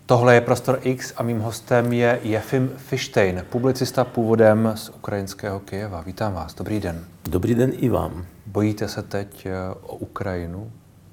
Tohle je Prostor X a mým hostem je Jefim Fištejn, publicista původem z ukrajinského Kyjeva. Vítám vás, dobrý den. Dobrý den i vám. Bojíte se teď o Ukrajinu?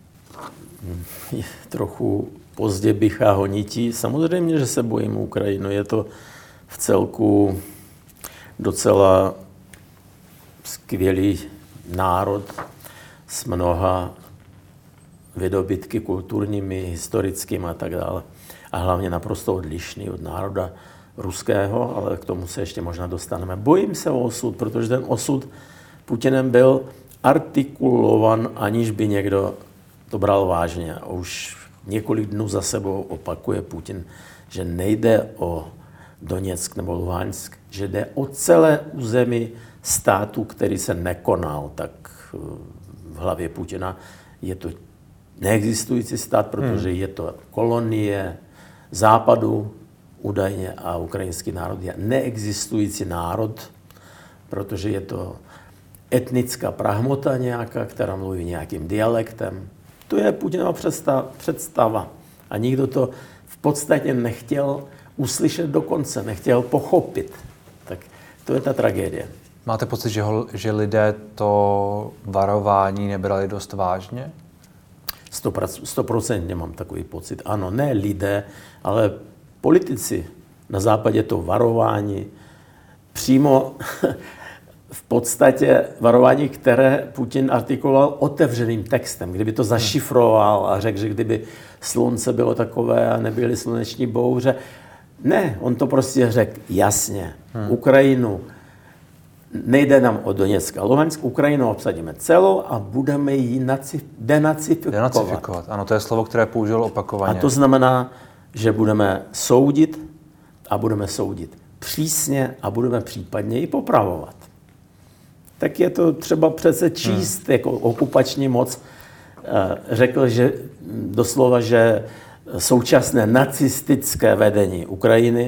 Trochu pozdě bychá honití. Samozřejmě, že se bojím Ukrajinu. Je to v celku docela skvělý národ s mnoha vydobytky kulturními, historickými a tak dále. A hlavně naprosto odlišný od národa ruského, ale k tomu se ještě možná dostaneme. Bojím se o osud, protože ten osud Putinem byl artikulovan, aniž by někdo to bral vážně. A už několik dnů za sebou opakuje Putin, že nejde o Doněck nebo Luhansk, že jde o celé území státu, který se nekonal. Tak v hlavě Putina je to neexistující stát, protože je to kolonie Západu údajně a ukrajinský národ je neexistující národ, protože je to etnická prahmota nějaká, která mluví nějakým dialektem. To je Putinova představa. A nikdo to v podstatě nechtěl uslyšet do konce, nechtěl pochopit. Tak to je ta tragédie. Máte pocit, že lidé to varování nebrali dost vážně? 100% mám takový pocit. Ano, ne lidé, ale politici na západě to varování přímo v podstatě varování, které Putin artikuloval otevřeným textem. Kdyby to zašifroval a řekl, že kdyby slunce bylo takové a nebyly sluneční bouře. Ne, on to prostě řekl jasně. Ukrajinu, nejde nám o Doněck a Luhansk, Ukrajinu obsadíme celou a budeme ji denacifikovat. Ano, to je slovo, které použil opakovaně. A to znamená, že budeme soudit a budeme soudit přísně a budeme případně i popravovat. Tak je to třeba přece číst, jako okupační moc řekl, že doslova, že současné nacistické vedení Ukrajiny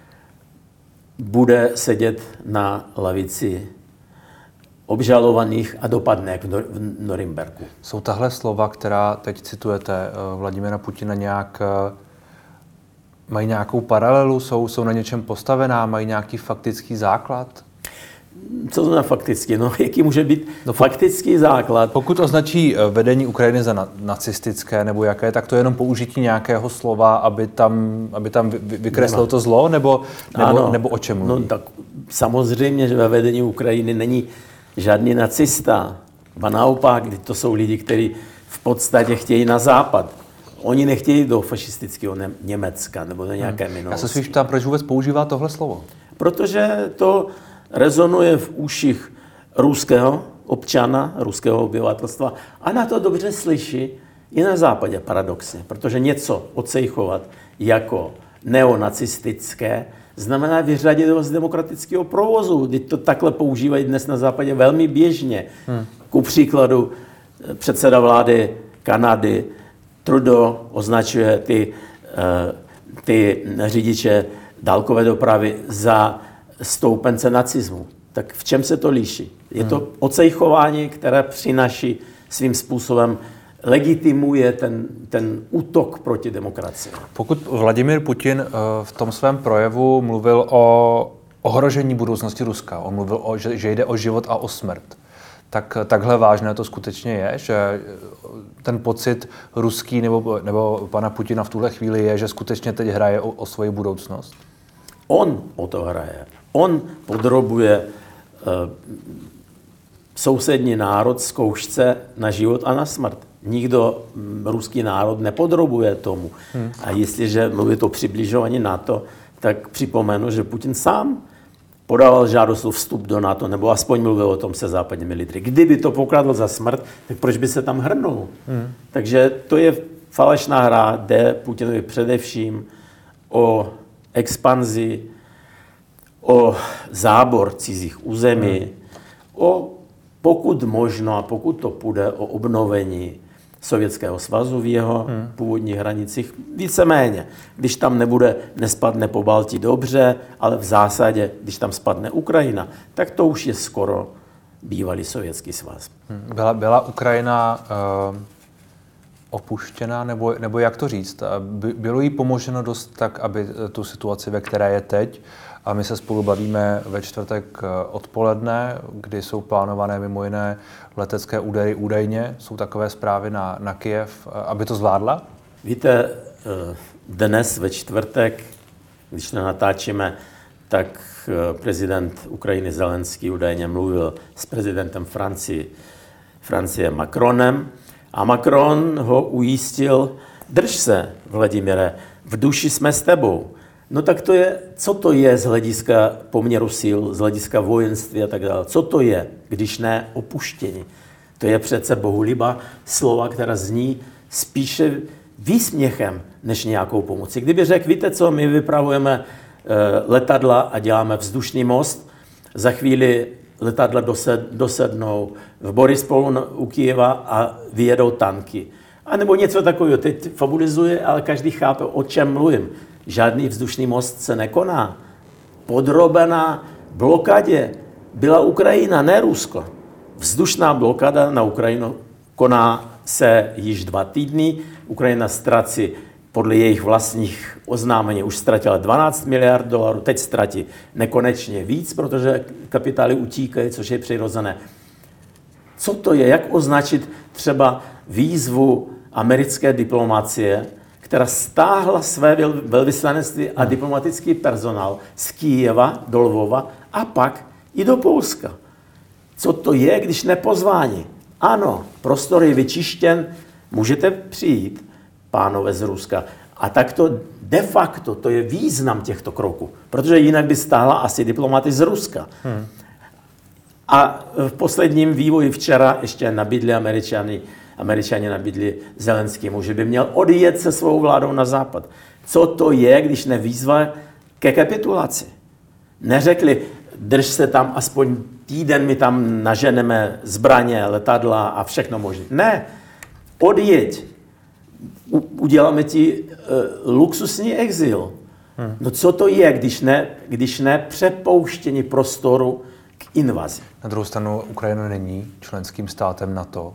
bude sedět na lavici obžalovaných a dopadne v Norimberku. Jsou tahle slova, která teď citujete Vladimira Putina, mají nějakou paralelu, jsou na něčem postavená, mají nějaký faktický základ? Co znamená faktický? No, jaký může být faktický základ? Pokud označí vedení Ukrajiny za nacistické nebo jaké, tak to je jenom použití nějakého slova, aby tam vykreslilo to zlo, nebo o čem mluví? No, tak samozřejmě, že ve vedení Ukrajiny není žádný nacista. A naopak, to jsou lidi, kteří v podstatě chtějí na západ. Oni nechtějí do fašistického Německa nebo do nějaké minulosti. Já se spíš ptám, proč vůbec používá tohle slovo? Protože to rezonuje v uších ruského občana, ruského obyvatelstva a na to dobře slyší i na západě paradoxně, protože něco odsejchovat jako neonacistické znamená vyřadit ho z demokratického provozu. Teď to takhle používají dnes na západě velmi běžně. Ku příkladu předseda vlády Kanady Trudeau označuje ty řidiče dálkové dopravy za stoupence nacismu. Tak v čem se to liší? Je to odsejchování, které přináší svým způsobem, legitimuje ten útok proti demokracii. Pokud Vladimír Putin v tom svém projevu mluvil o ohrožení budoucnosti Ruska, on mluvil že jde o život a o smrt, tak takhle vážné to skutečně je, že ten pocit ruský nebo pana Putina v tuhle chvíli je, že skutečně teď hraje o svoji budoucnost? On o to hraje. On podrobuje sousední národ zkoušce na život a na smrt. Nikdo ruský národ nepodrobuje tomu. A jestliže mluví o přibližování NATO, tak připomenu, že Putin sám podával žádost o vstup do NATO, nebo aspoň mluvil o tom se západními lídry. Kdyby to pokladl za smrt, tak proč by se tam hrnul? Takže to je falešná hra, jde Putinovi především o expanzi, o zábor cizích území, o pokud možno a pokud to půjde, o obnovení Sovětského svazu v jeho původních hranicích, víceméně. Když tam nespadne Pobaltí dobře, ale v zásadě, když tam spadne Ukrajina, tak to už je skoro bývalý Sovětský svaz. Byla Ukrajina opuštěná, nebo jak to říct? Bylo jí pomoženo dost tak, aby tu situaci, ve které je teď, a my se spolu bavíme ve čtvrtek odpoledne, kdy jsou plánované mimo jiné letecké údery údajně, jsou takové zprávy na Kyjev, aby to zvládla? Víte, dnes ve čtvrtek, když to natáčíme, tak prezident Ukrajiny Zelenský údajně mluvil s prezidentem Francie Macronem a Macron ho ujistil, drž se, Vladimire, v duši jsme s tebou. No tak to je, co to je z hlediska poměru sil, z hlediska vojenství a tak dále. Co to je, když ne opuštění? To je přece bohulibá slova, která zní spíše výsměchem, než nějakou pomocí. Kdyby řekl, víte co, my vypravujeme letadla a děláme vzdušný most, za chvíli letadla dosednou v Borispolu u Kyjeva a vyjedou tanky. A nebo něco takového. Teď fabulizuje, ale každý chápe, o čem mluvím. Žádný vzdušný most se nekoná. Podrobená blokadě byla Ukrajina, ne Rusko. Vzdušná blokada na Ukrajinu koná se již 2 týdny. Ukrajina ztratí podle jejich vlastních oznámení už ztratila $12 miliard, teď ztratí nekonečně víc, protože kapitály utíkají, což je přirozené. Co to je? Jak označit třeba výzvu americké diplomacie, která stáhla své velvyslanectví a diplomatický personál z Kyjeva do Lvova a pak i do Polska? Co to je, když nepozvání? Ano, prostor je vyčištěn, můžete přijít, pánové z Ruska. A tak to de facto, to je význam těchto kroků, protože jinak by stála asi diplomaty z Ruska. A v posledním vývoji včera ještě nabídli Američani nabídli Zelenskému, že by měl odjet se svou vládou na západ. Co to je, když nevýzva ke kapitulaci? Neřekli, drž se tam aspoň týden, my tam naženeme zbraně, letadla a všechno možné. Ne, odjeď. Uděláme ti luxusní exil. No co to je, když ne přepouštění prostoru k invazi? Na druhou stranu Ukrajina není členským státem NATO.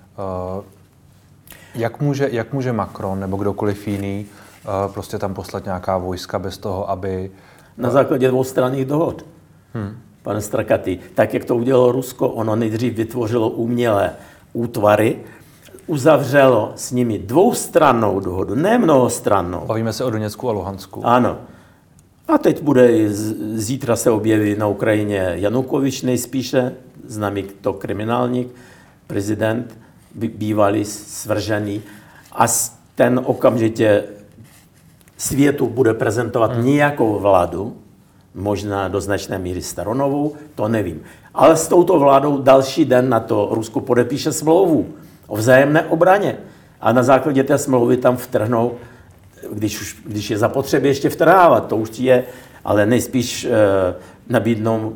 Jak může Macron nebo kdokoliv jiný prostě tam poslat nějaká vojska bez toho, aby... Na základě dvoustranných dohod. Pane Strakaty, tak jak to udělalo Rusko, ono nejdřív vytvořilo umělé útvary, uzavřelo s nimi dvoustrannou dohodu, ne mnohostrannou. Bavíme se o Doněcku a Luhansku. Ano. A teď zítra se objeví na Ukrajině Janukovič nejspíše, známý to kriminálník, prezident, bývalý svržený. A ten okamžitě světu bude prezentovat nějakou vládu, možná do značné míry staronovou, to nevím. Ale s touto vládou další den na to Rusko podepíše smlouvu o vzájemné obraně. A na základě té smlouvy tam vtrhnou, když je zapotřebí ještě vtrhávat, to už je, ale nejspíš nabídnou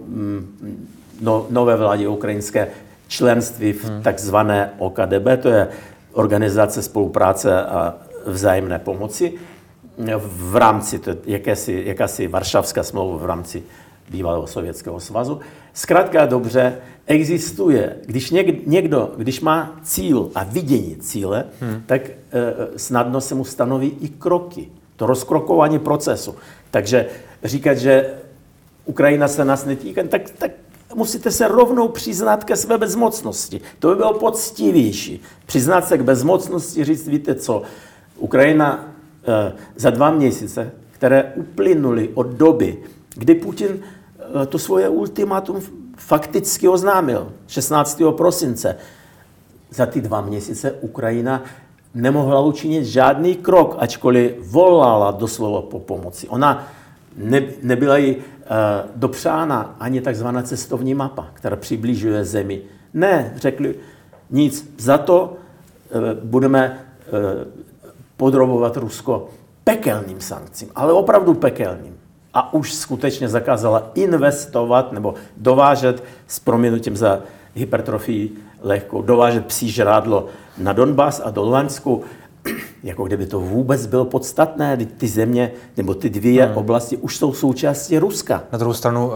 nové vládě ukrajinské členství v takzvané OKDB, to je Organizace spolupráce a vzájemné pomoci, v rámci, to je jakási Varšavská smlouva v rámci bývalého Sovětského svazu. Zkrátka dobře, existuje, když někdo, když má cíl a vidění cíle, tak snadno se mu stanoví i kroky, to rozkrokování procesu. Takže říkat, že Ukrajina se nás netýká, tak musíte se rovnou přiznat ke své bezmocnosti. To by bylo poctivější. Přiznat se k bezmocnosti, říct, víte co, Ukrajina za 2 měsíce, které uplynuly od doby, kdy Putin to svoje ultimátum fakticky oznámil 16. prosince. Za ty 2 měsíce Ukrajina nemohla učinit žádný krok, ačkoliv volala doslova po pomoci. Ona nebyla jí dopřána ani takzvaná cestovní mapa, která přibližuje zemi. Ne, řekli nic. Za to budeme podrobovat Rusko pekelným sankcím, ale opravdu pekelným. A už skutečně zakázala investovat nebo dovážet s prominutím za hypertrofii lehkou, dovážet psí žrádlo na Donbas a do Luhansku, jako kdyby to vůbec bylo podstatné, ty země nebo ty 2 oblasti už jsou součástí Ruska. Na druhou stranu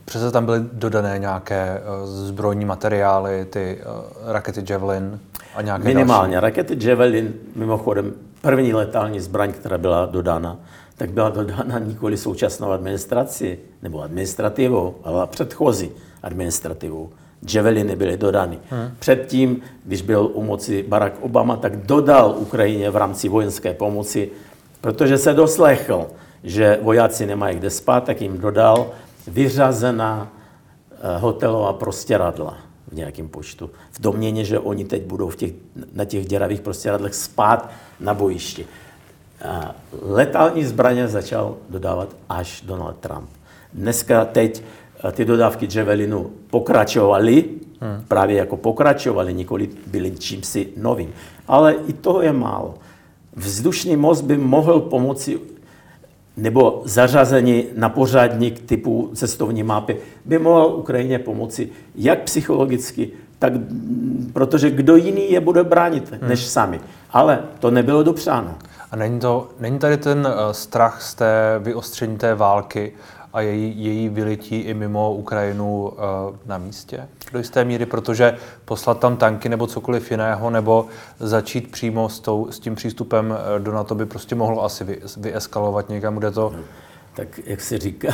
přece tam byly dodané nějaké zbrojní materiály, ty rakety Javelin a nějaké minimálně. další. Rakety Javelin, mimochodem, první letální zbraň, která byla dodána, tak byla dodána nikoli současnou administrací nebo administrativou, ale předchozí administrativou. Javeliny byly dodány. Předtím, když byl u moci Barack Obama, tak dodal Ukrajině v rámci vojenské pomoci, protože se doslechl, že vojáci nemají kde spát, tak jim dodal vyřazená hotelová prostěradla v nějakém počtu. V domnění, že oni teď budou na těch děravých prostěradlech spát na bojišti. A letální zbraně začal dodávat až Donald Trump. Teď ty dodávky Javelinu pokračovaly, právě jako pokračovaly, nikoli byly čímsi novým. Ale i toho je málo. Vzdušný most by mohl pomoci, nebo zařazení na pořadník typu cestovní mapy, by mohl Ukrajině pomoci jak psychologicky, tak protože kdo jiný je bude bránit, než sami. Ale to nebylo dopřáno. A není tady ten strach z té vyostření té války a její vylití i mimo Ukrajinu na místě do jisté míry, protože poslat tam tanky nebo cokoliv jiného, nebo začít přímo s tím přístupem do NATO by prostě mohlo asi vyeskalovat někam, kde to... Tak jak se říká,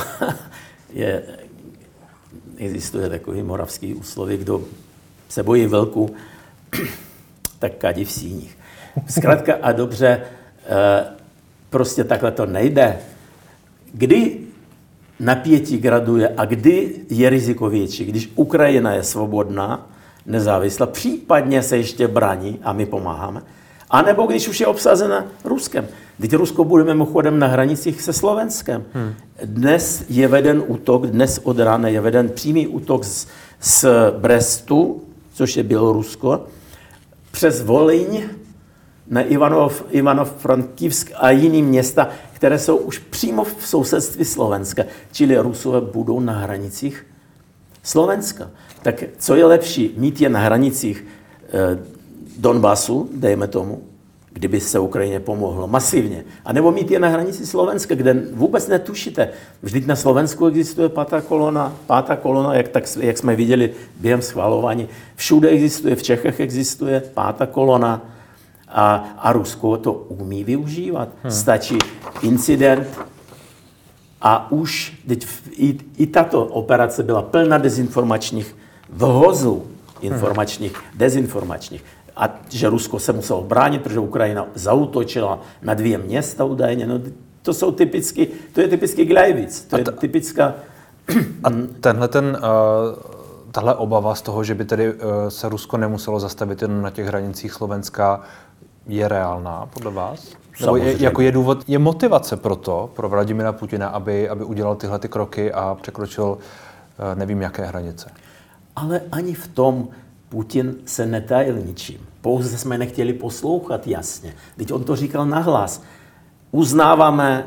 existuje takový moravský úsloví, kdo se bojí vlku, tak kadí v síních. Zkrátka a dobře, prostě takhle to nejde. Kdy napětí graduje a kdy je riziko větší? Když Ukrajina je svobodná, nezávislá, případně se ještě brání a my pomáháme, anebo když už je obsazena Ruskem. Teď Rusko bude mimochodem na hranicích se Slovenskem. Dnes je veden útok, dnes od rána je veden přímý útok z Brestu, což je Bělorusko, přes Volyň na Ivano-Frankivsk a jiný města, které jsou už přímo v sousedství Slovenska. Čili Rusové budou na hranicích Slovenska. Tak co je lepší? Mít je na hranicích Donbasu, dejme tomu, kdyby se Ukrajině pomohlo masivně. A nebo mít je na hranici Slovenska, kde vůbec netušíte. Vždyť na Slovensku existuje pátá kolona, jak jsme viděli během schvalování. Všude existuje, v Čechách existuje pátá kolona. A Rusko to umí využívat. Stačí incident a už i tato operace byla plná dezinformačních vhozů, informačních, dezinformačních. A že Rusko se muselo bránit, protože Ukrajina zaútočila na 2 města údajně. No, to je typický Gleivic. To je typická... A tahle obava z toho, že by tedy se Rusko nemuselo zastavit jen na těch hranicích Slovenska, je reálná podle vás? Nebo je motivace pro Vladimira Putina, aby udělal tyhle ty kroky a překročil nevím jaké hranice? Ale ani v tom Putin se netajil ničím. Pouze jsme nechtěli poslouchat jasně. Teď on to říkal nahlas. Uznáváme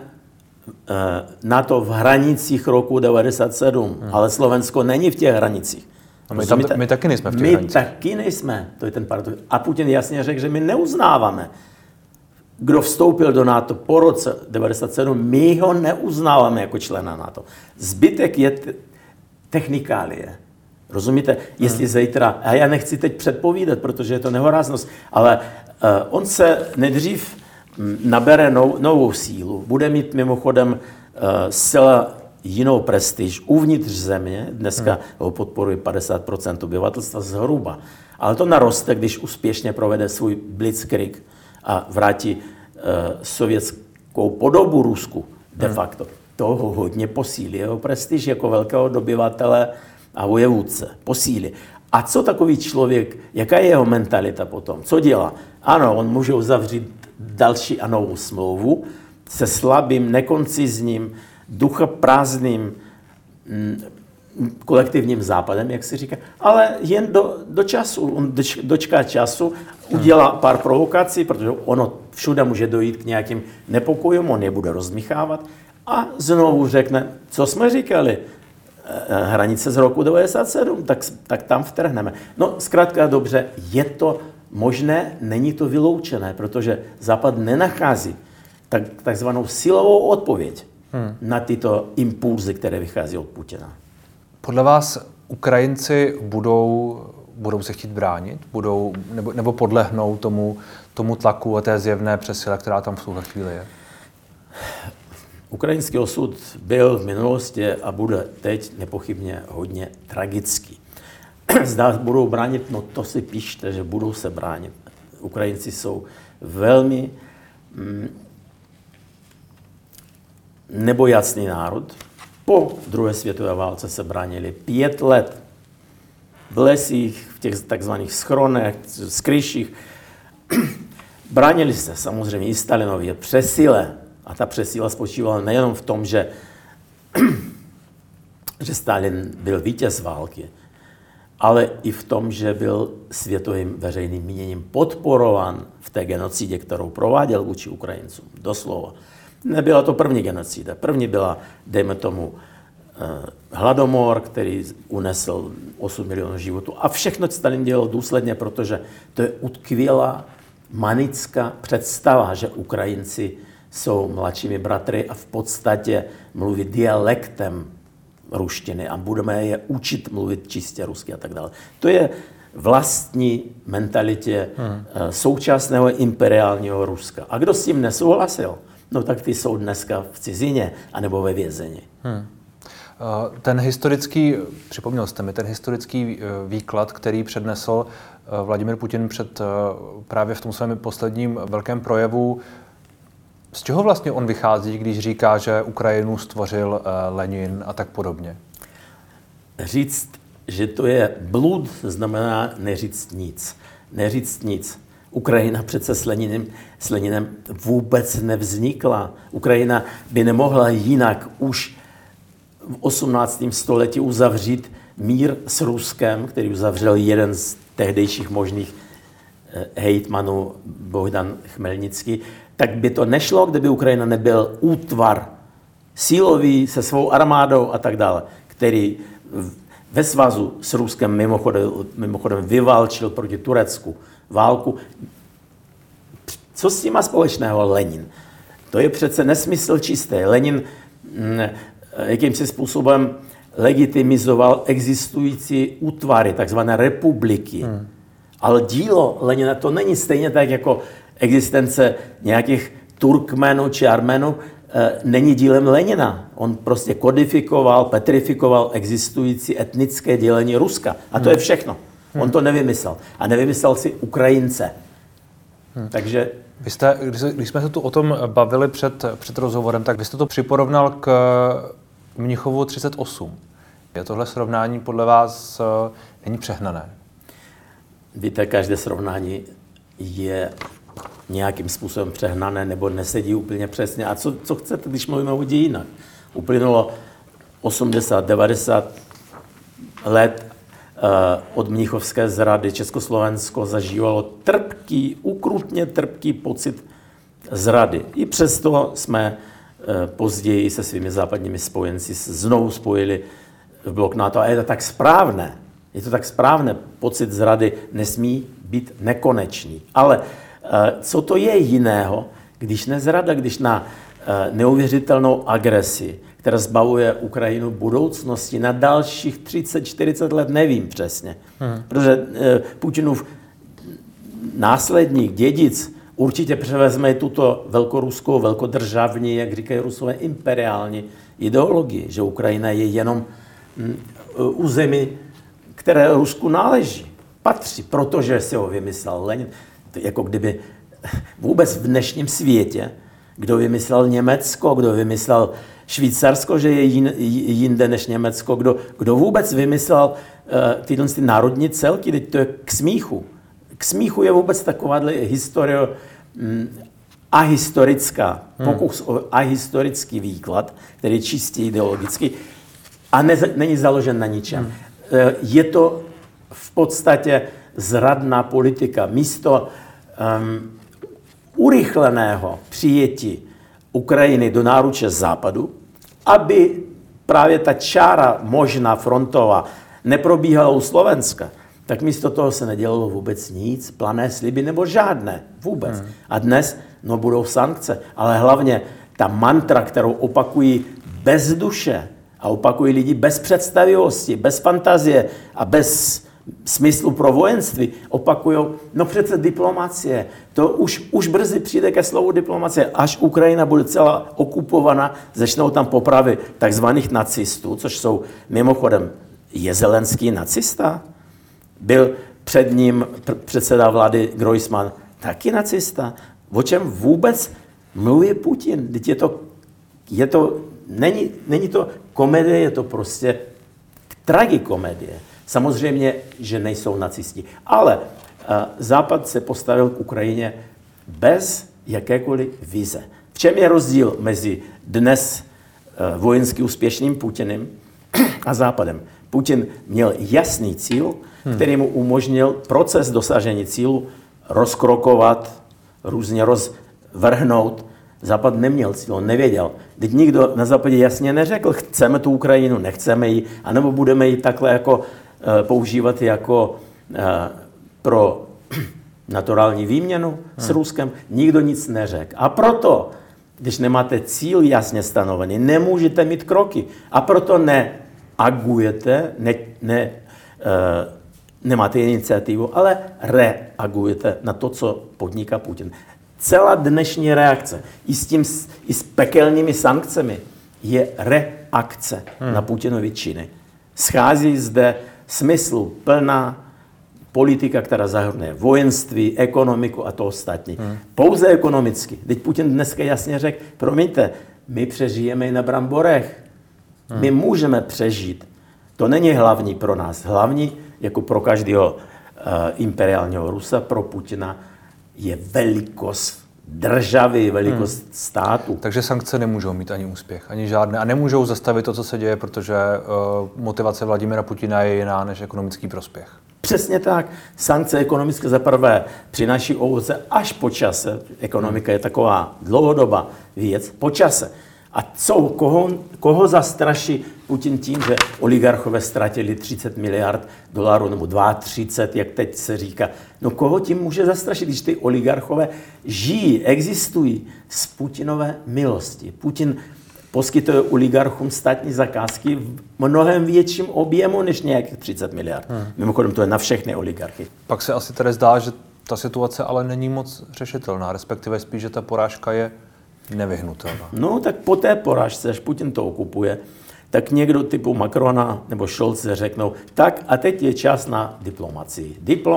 NATO v hranicích roku 1997, ale Slovensko není v těch hranicích. My taky nejsme v těch hranicích. My taky nejsme, to je ten paradox. A Putin jasně řekl, že my neuznáváme. Kdo vstoupil do NATO po roce 1997, my ho neuznáváme jako člena NATO. Zbytek je technikálie. Rozumíte? Jestli zítra, a já nechci teď předpovídat, protože je to nehoráznost, ale on se nejdřív nabere novou sílu, bude mít mimochodem zcela jinou prestiž uvnitř země, dneska ho podporuje 50% obyvatelstva zhruba, ale to naroste, když úspěšně provede svůj blitzkrieg a vrátí sovětskou podobu Rusku de facto. To ho hodně posílí, jeho prestiž jako velkého dobyvatele a vojevůdce posílí. A co takový člověk, jaká je jeho mentalita potom? Co dělá? Ano, on může uzavřít další a novou smlouvu se slabým, nekoncizním, duchoprázdným kolektivním západem, jak se říká, ale jen do času. On dočká času, udělá pár provokací, protože ono všude může dojít k nějakým nepokojům, on je bude rozmíchávat a znovu řekne, co jsme říkali, hranice z roku 1997, tak tam vtrhneme. No, zkrátka dobře, je to možné, není to vyloučené, protože Západ nenachází takzvanou silovou odpověď na tyto impulzy, které vychází od Putina. Podle vás Ukrajinci budou se chtít bránit? Nebo podlehnou tomu tlaku a té zjevné přesile, která tam v tuhle chvíli je? Ukrajinský osud byl v minulosti a bude teď nepochybně hodně tragický. Zda budou bránit, no to si píšte, že budou se bránit. Ukrajinci jsou velmi nebojacný národ. Po druhé světové válce se bránili 5 let v lesích, v těch takzvaných schronech, skryších. Bránili se samozřejmě i Stalinově přesile. A ta přesíla spočívala nejenom v tom, že Stalin byl vítěz války, ale i v tom, že byl světovým veřejným míněním podporován v té genocidě, kterou prováděl vůči Ukrajincům. Doslova. Nebyla to první genocida. První byla, dejme tomu, hladomor, který unesl 8 milionů životů. A všechno Stalin dělal důsledně, protože to je utkvělá manická představa, že Ukrajinci jsou mladšími bratry a v podstatě mluví dialektem ruštiny a budeme je učit mluvit čistě rusky a tak dále. To je vlastní mentalitě současného imperiálního Ruska. A kdo s tím nesouhlasil, no tak ty jsou dneska v cizině anebo ve vězení. Připomněl jste mi ten historický výklad, který přednesl Vladimir Putin právě v tom svém posledním velkém projevu. Z čeho vlastně on vychází, když říká, že Ukrajinu stvořil Lenin a tak podobně? Říct, že to je blud, znamená neříct nic. Neříct nic. Ukrajina přece s Leninem vůbec nevznikla. Ukrajina by nemohla jinak už v 18. století uzavřít mír s Ruskem, který uzavřel jeden z tehdejších možných hejtmanů Bohdan Chmelnický, tak by to nešlo, kdyby Ukrajina nebyl útvar sílový se svou armádou a tak dále, který ve svazu s Ruskem mimochodem vyválčil proti Turecku válku. Co s tím má společného Lenin? To je přece nesmysl čistý. Lenin jakýmsi způsobem legitimizoval existující útvary, takzvané republiky. Ale dílo Lenina to není stejně tak jako existence nějakých Turkmenů či Arménů není dílem Lenina. On prostě kodifikoval, petrifikoval existující etnické dělení Ruska. A to je všechno. On to nevymyslel. A nevymyslel si Ukrajince. Takže... Když jsme se tu o tom bavili před rozhovorem, tak vy jste to připorovnal k Mnichovu 38. Je tohle srovnání podle vás není přehnané? Víte, každé srovnání je nějakým způsobem přehnané nebo nesedí úplně přesně. A co chcete, když mluvíme o dějinách? Uplynulo 80-90 let od mnichovské zrady. Československo zažívalo ukrutně trpký pocit zrady. I přesto jsme později se svými západními spojenci znovu spojili v blok NATO. A je to tak správné. Je to tak správné. Pocit zrady nesmí být nekonečný. Ale co to je jiného, když nezrada, když na neuvěřitelnou agresi, která zbavuje Ukrajinu budoucnosti na dalších 30-40 let, nevím přesně. Protože Putinův následník, dědic, určitě převezme tuto velkoruskou, velkodržavní, jak říkají Rusové, imperiální ideologii, že Ukrajina je jenom území, které Rusku náleží, patří, protože si ho vymyslel Lenin. Jako kdyby vůbec v dnešním světě, kdo vymyslel Německo, kdo vymyslel Švýcarsko, že je jinde než Německo, kdo vůbec vymyslel tyhle národní celky, teď to je k smíchu. K smíchu je vůbec takováhle historie ahistorická, pokus o ahistorický výklad, který je čistě ideologický a není založen na ničem. Je to v podstatě zradná politika. Místo urychleného přijetí Ukrajiny do náruče Západu, aby právě ta čára možná frontová neprobíhala u Slovenska, tak místo toho se nedělalo vůbec nic, plané sliby nebo žádné vůbec. A dnes budou sankce, ale hlavně ta mantra, kterou opakují bez duše A opakují lidi bez představivosti, bez fantazie a bez smyslu pro vojenství. Opakují, no přece diplomacie. To už brzy přijde ke slovu diplomacie. Až Ukrajina bude celá okupovaná, začnou tam popravy takzvaných nacistů, což jsou mimochodem, je Zelenský nacista? Byl před ním předseda vlády Groysman taky nacista? O čem vůbec mluví Putin? Není to komedie, je to prostě tragikomedie. Samozřejmě, že nejsou nacisti. Ale Západ se postavil k Ukrajině bez jakékoliv vize. V čem je rozdíl mezi dnes vojensky úspěšným Putinem a Západem? Putin měl jasný cíl, který mu umožnil proces dosažení cílu rozkrokovat, různě rozvrhnout. Západ neměl cíl, on nevěděl. Teď nikdo na Západě jasně neřekl, chceme tu Ukrajinu, nechceme ji, anebo budeme ji takhle jako používat jako pro naturální výměnu s Ruskem. Nikdo nic neřekl. A proto, když nemáte cíl jasně stanovený, nemůžete mít kroky. A proto neagujete, nemáte iniciativu, ale reagujete na to, co podniká Putin. Celá dnešní reakce i s pekelnými sankcemi je reakce na Putinovy činy. Schází zde smyslu plná politika, která zahrnuje vojenství, ekonomiku a to ostatní. Pouze ekonomicky. Teď Putin dneska jasně řekl, promiňte, my přežijeme i na bramborech. My můžeme přežít. To není hlavní pro nás. Hlavní, jako pro každého imperiálního Rusa, pro Putina, je velikost državy, velikost státu. Takže sankce nemůžou mít ani úspěch, ani žádné. A nemůžou zastavit to, co se děje, protože motivace Vladimira Putina je jiná než ekonomický prospěch. Přesně tak. Sankce ekonomické za prvé přináší ovoce až po čase. Ekonomika je taková dlouhodobá věc. Po čase. A koho zastraší Putin tím, že oligarchové ztratili 30 miliard dolarů, nebo 32, jak teď se říká. No koho tím může zastrašit, když ty oligarchové žijí, existují z Putinové milosti. Putin poskytuje oligarchům státní zakázky v mnohem větším objemu než nějakých 30 miliard. Mimochodem to je na všechny oligarchy. Pak se asi tedy zdá, že ta situace ale není moc řešitelná, respektive spíš, že ta porážka je nevyhnutelná. No tak po té porážce, až Putin to okupuje, tak někdo typu Macrona nebo Scholze řeknou, tak a teď je čas na diplomacii.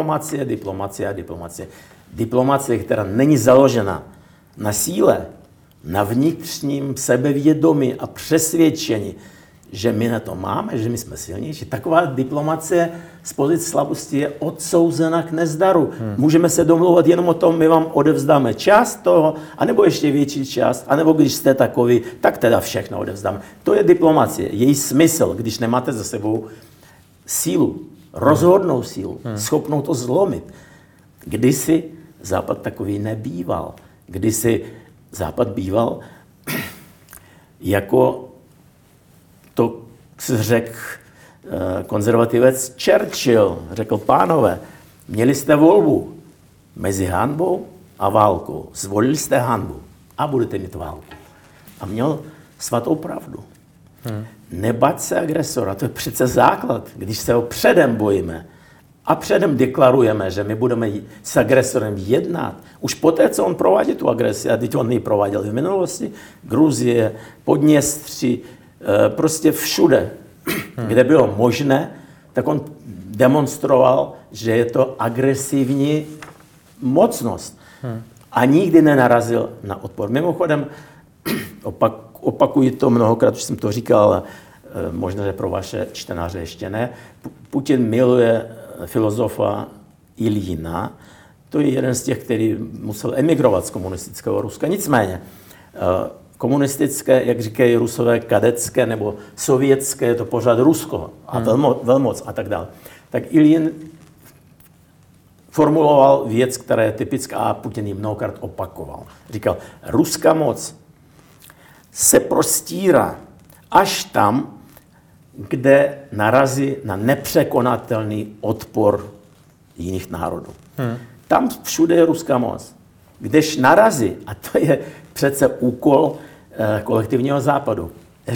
Diplomacie, která není založena na síle, na vnitřním sebevědomí a přesvědčení, že my na to máme, že my jsme silnější. Taková diplomacie z pozice slabosti je odsouzena k nezdaru. Můžeme se domlouvat jenom o tom, my vám odevzdáme část toho, anebo ještě větší část, anebo když jste takový, tak teda všechno odevzdáme. To je diplomacie. Její smysl, když nemáte za sebou sílu, rozhodnou sílu, schopnou to zlomit. Kdysi Západ takový nebýval. Kdysi Západ býval jako to řekl konzervativec Churchill. Řekl, pánové, měli jste volbu mezi hanbou a válkou. Zvolili jste hanbu a budete mít válku. A měl svatou pravdu. Nebát se agresora, to je přece základ. Když se ho předem bojíme a předem deklarujeme, že my budeme s agresorem jednat, už poté, co on provádí tu agresi, a teď on ji prováděl v minulosti, Gruzie, Podněstří, prostě všude, kde bylo možné, tak on demonstroval, že je to agresivní mocnost. A nikdy nenarazil na odpor. Mimochodem, opakuji to mnohokrát, už jsem to říkal, ale možná, že pro vaše čtenáře ještě ne. Putin miluje filozofa Iljina. To je jeden z těch, který musel emigrovat z komunistického Ruska. Nicméně, komunistické, jak říkají Rusové, kadecké nebo sovětské, je to pořád Rusko a velmoc a tak dále. Tak Iljin formuloval věc, která je typická a Putin ji mnohokrát opakoval. Říkal, ruská moc se prostírá až tam, kde narazí na nepřekonatelný odpor jiných národů. Tam všude je ruská moc. Kdež narazí, a to je přece úkol kolektivního západu, říct,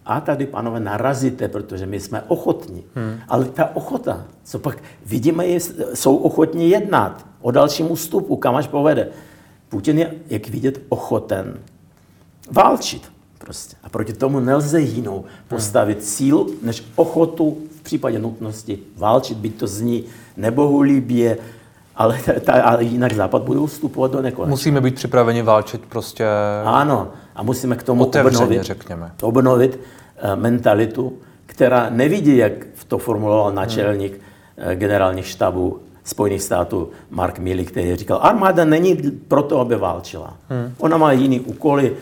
a tady, pánové, narazíte, protože my jsme ochotní. Ale ta ochota, co pak vidíme, jsou ochotní jednat o dalším ústupu, kam až povede. Putin je, jak vidět, ochoten válčit prostě. A proti tomu nelze jinou postavit sílu, než ochotu v případě nutnosti válčit, byť to zní nebohulibě, ale jinak Západ bude ustupovat do nekonečna. Musíme být připraveni válčit prostě. Ano, a musíme k tomu obnovit mentalitu, která nevidí, jak to formuloval náčelník generálních štábů Spojených států Mark Milley, který říkal, armáda není proto, aby válčila. Ona má jiný úkoly,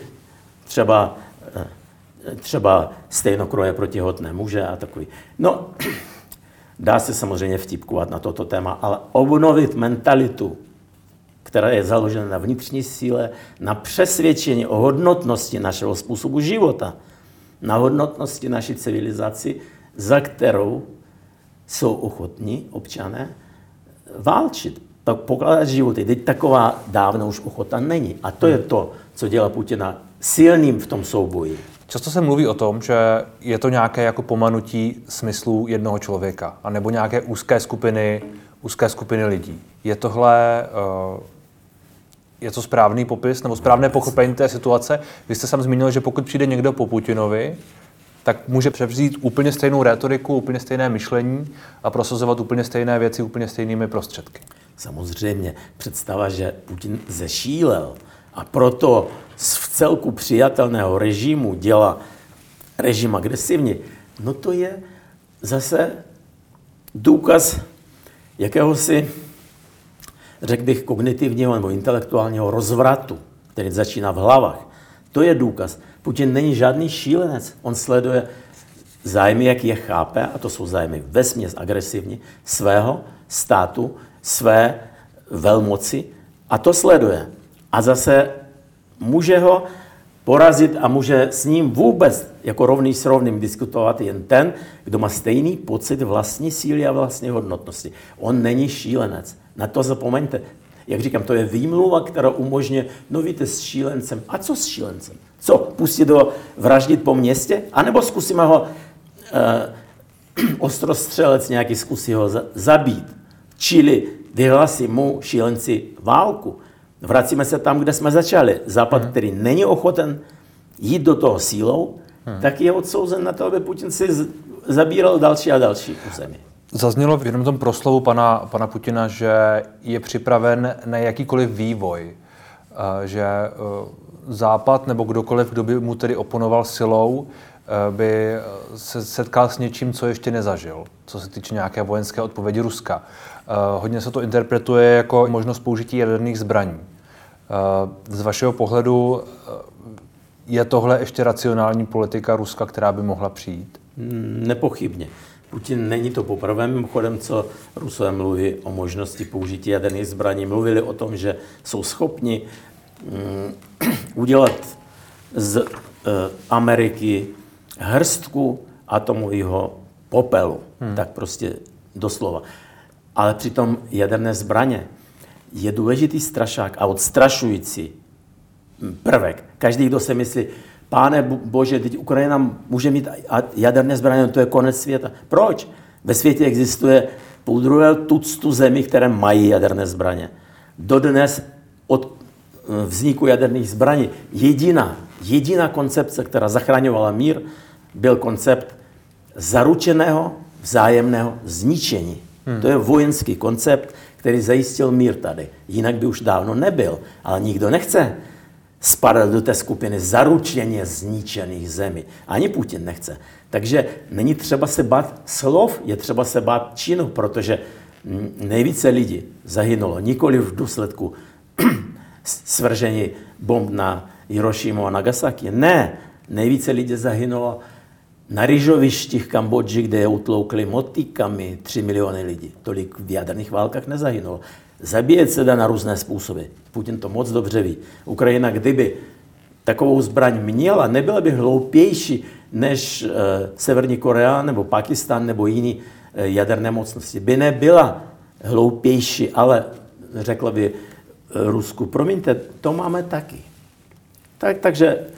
třeba stejnokroje protihotné muže a takový. No, dá se samozřejmě vtipkovat na toto téma, ale obnovit mentalitu, která je založena na vnitřní síle, na přesvědčení o hodnotnosti našeho způsobu života, na hodnotnosti naší civilizaci, za kterou jsou ochotní občané válčit, pokládat životy. Teď taková dávno už ochota není. A to je to, co dělá Putina silným v tom souboji. Často se mluví o tom, že je to nějaké jako pomanutí smyslů jednoho člověka, anebo nějaké úzké skupiny lidí. Je tohle je to správný popis nebo správné pochopení té situace? Vy jste sám zmínil, že pokud přijde někdo po Putinovi, tak může převzít úplně stejnou rétoriku, úplně stejné myšlení a prosazovat úplně stejné věci úplně stejnými prostředky. Samozřejmě představa, že Putin zešílel a proto v celku přijatelného režimu dělá režim agresivní, no to je zase důkaz jakéhosi, řekl bych, kognitivního nebo intelektuálního rozvratu, který začíná v hlavách. To je důkaz. Putin není žádný šílenec. On sleduje zájmy, jak je chápe, a to jsou zájmy vesměs agresivní, svého státu, své velmoci, a to sleduje. A zase může ho porazit a může s ním vůbec jako rovný s rovným diskutovat jen ten, kdo má stejný pocit vlastní síly a vlastní hodnotnosti. On není šílenec. Na to zapomeňte. Jak říkám, to je výmluva, která umožňuje, no víte, s šílencem. A co s šílencem? Co, pustit ho vraždit po městě? A nebo zkusíme ho ostrostřelec nějaký, zkusí ho zabít. Čili vyhlásí mu šílenci válku. Vracíme se tam, kde jsme začali. Západ, který není ochoten jít do toho sílou, tak je odsouzen na to, aby Putin si zabíral další a další území. Zaznělo v jednom tom proslovu pana Putina, že je připraven na jakýkoliv vývoj, že Západ nebo kdokoliv, kdo by mu tedy oponoval silou, by se setkal s něčím, co ještě nezažil, co se týče nějaké vojenské odpovědi Ruska. Hodně se to interpretuje jako možnost použití jaderných zbraní. Z vašeho pohledu je tohle ještě racionální politika Ruska, která by mohla přijít? Nepochybně. Putin není to poprvé, mimochodem, co Rusové mluví o možnosti použití jaderných zbraní. Mluvili o tom, že jsou schopni udělat z Ameriky hrstku atomového popelu. Tak prostě doslova. Ale přitom jaderné zbraně je důležitý strašák a odstrašující prvek. Každý, kdo se myslí, Páne Bože, teď Ukrajina může mít jaderné zbraně, to je konec světa. Proč? Ve světě existuje 1,5 tuctu zemí, které mají jaderné zbraně. Dodnes od vzniku jaderných zbraní jediná koncepce, která zachraňovala mír, byl koncept zaručeného vzájemného zničení. To je vojenský koncept, který zajistil mír tady. Jinak by už dávno nebyl, ale nikdo nechce spadat do té skupiny zaručeně zničených zemí. Ani Putin nechce. Takže není třeba se bát slov, je třeba se bát činu, protože nejvíce lidí zahynulo nikoli v důsledku svržení bomb na Hirošimu a Nagasaki. Ne, nejvíce lidí zahynulo na rýžovištích Kambodži, kde je utloukli motýkami 3 miliony lidí. Tolik v jaderných válkách nezahynulo. Zabíjet se dá na různé způsoby. Putin to moc dobře ví. Ukrajina, kdyby takovou zbraň měla, nebyla by hloupější než Severní Korea nebo Pakistan nebo jiný jaderné mocnosti. By nebyla hloupější, ale řekla by Rusku, promiňte, to máme taky. Takže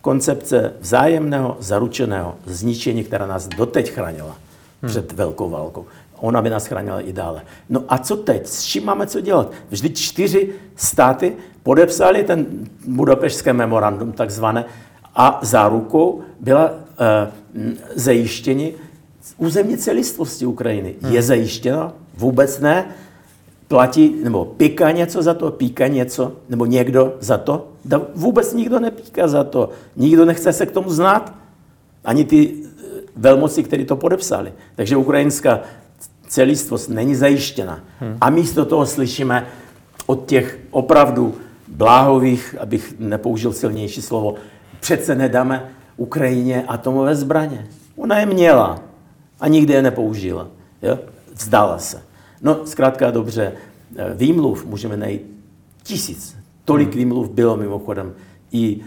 koncepce vzájemného zaručeného zničení, která nás doteď chránila před velkou válkou. Ona by nás chránila i dále. No a co teď? S čím máme co dělat? Vždyť 4 státy podepsali ten Budapešské memorandum takzvané a zárukou byla zajištění územní celistvosti Ukrajiny. Je zajištěna? Vůbec ne. Platí, nebo píká něco za to, píká něco, nebo někdo za to. Vůbec nikdo nepíká za to. Nikdo nechce se k tomu znát. Ani ty velmoci, kteří to podepsali. Takže ukrajinská celistvost není zajištěna. A místo toho slyšíme od těch opravdu bláhových, abych nepoužil silnější slovo, přece nedáme Ukrajině atomové zbraně. Ona je měla a nikdy je nepoužila. Jo? Vzdala se. No, zkrátka dobře, výmluv můžeme najít 1000. Tolik výmluv bylo mimochodem i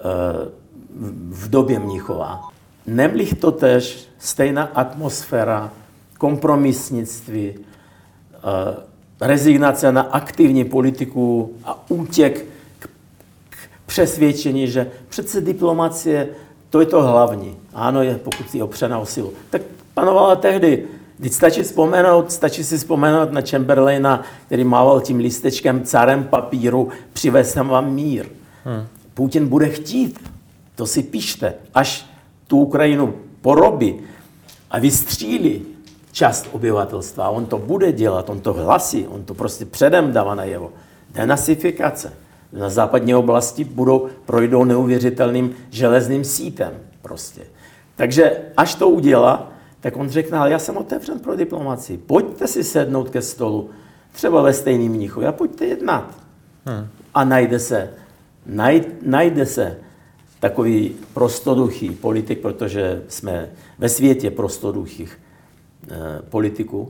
v době Mnichova. Nemlich to tež stejná atmosféra kompromisnictví, rezignace na aktivní politiku a útěk k přesvědčení, že přece diplomacie, to je to hlavní. Ano, je, pokud je opřena o silu. Tak panovala tehdy. Teď stačí si vzpomenout na Chamberlaina, který mával tím lístečkem carem papíru, přivez vám mír. Putin bude chtít, to si píšte, až tu Ukrajinu porobí a vystřílí část obyvatelstva. On to bude dělat, on to hlasí, on to prostě předem dává najevo. Denacifikace. Na západní oblasti projdou neuvěřitelným železným sítem prostě. Takže až to udělá, tak on řekne, ale já jsem otevřen pro diplomacii. Pojďte si sednout ke stolu, třeba ve stejným Mnichově, a pojďte jednat. A najde se takový prostoduchý politik, protože jsme ve světě prostoduchých politiků,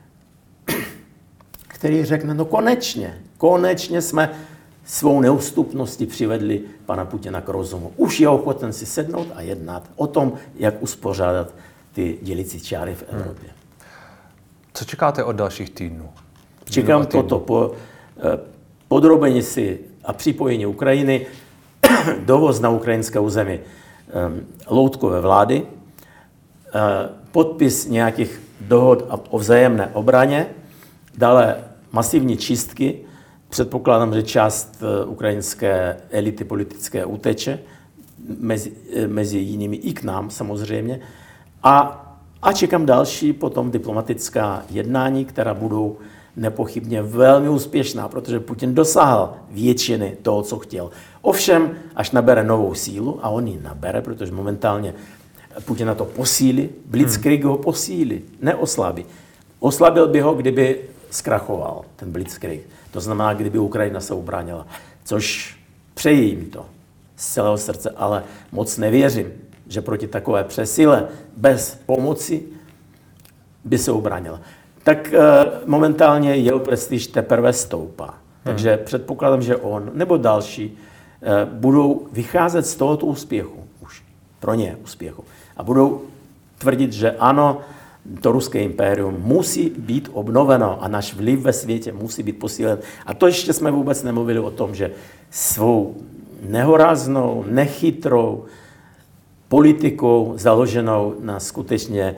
který řekne, no konečně jsme svou neústupností přivedli pana Putina k rozumu. Už je ochoten si sednout a jednat o tom, jak uspořádat ty dělicí čáry v Evropě. Co čekáte od dalších týdnů? Čekám toto podrobení si a připojení Ukrajiny, dovoz na ukrajinské území loutkové vlády, podpis nějakých dohod o vzájemné obraně, dále masivní čistky. Předpokládám, že část ukrajinské elity politické uteče, mezi jinými i k nám samozřejmě. A čekám další potom diplomatická jednání, která budou nepochybně velmi úspěšná, protože Putin dosáhl většiny toho, co chtěl. Ovšem, až nabere novou sílu, a on ji nabere, protože momentálně Putina to posílí, Blitzkrieg ho posílí, neoslabí. Oslabil by ho, kdyby zkrachoval ten Blitzkrieg. To znamená, kdyby Ukrajina se ubránila. Což přeji jim to z celého srdce, ale moc nevěřím, že proti takové přesile bez pomoci by se ubránila. Tak momentálně jeho prestiž teprve stoupá. Takže předpokládám, že on nebo další budou vycházet z tohoto úspěchu, už pro ně úspěchu, a budou tvrdit, že ano, to ruské impérium musí být obnoveno a náš vliv ve světě musí být posílen. A to ještě jsme vůbec nemluvili o tom, že svou nehoráznou, nechytrou politikou založenou na skutečně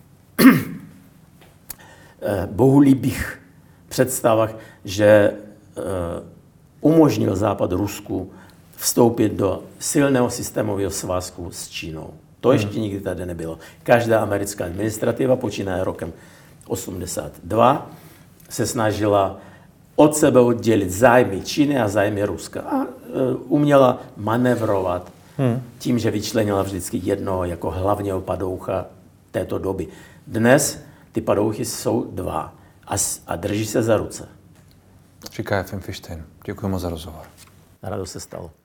bohulibých představách, že umožnil Západ Rusku vstoupit do silného systémového svazku s Čínou. To ještě nikdy tady nebylo. Každá americká administrativa, počínaje rokem 82, se snažila od sebe oddělit zájmy Číny a zájmy Ruska. A uměla manevrovat tím, že vyčlenila vždycky jednoho jako hlavního padoucha této doby. Dnes ty padouchy jsou 2 a drží se za ruce. Říká Efim Fištejn. Děkuji moc za rozhovor. Rádo se stalo.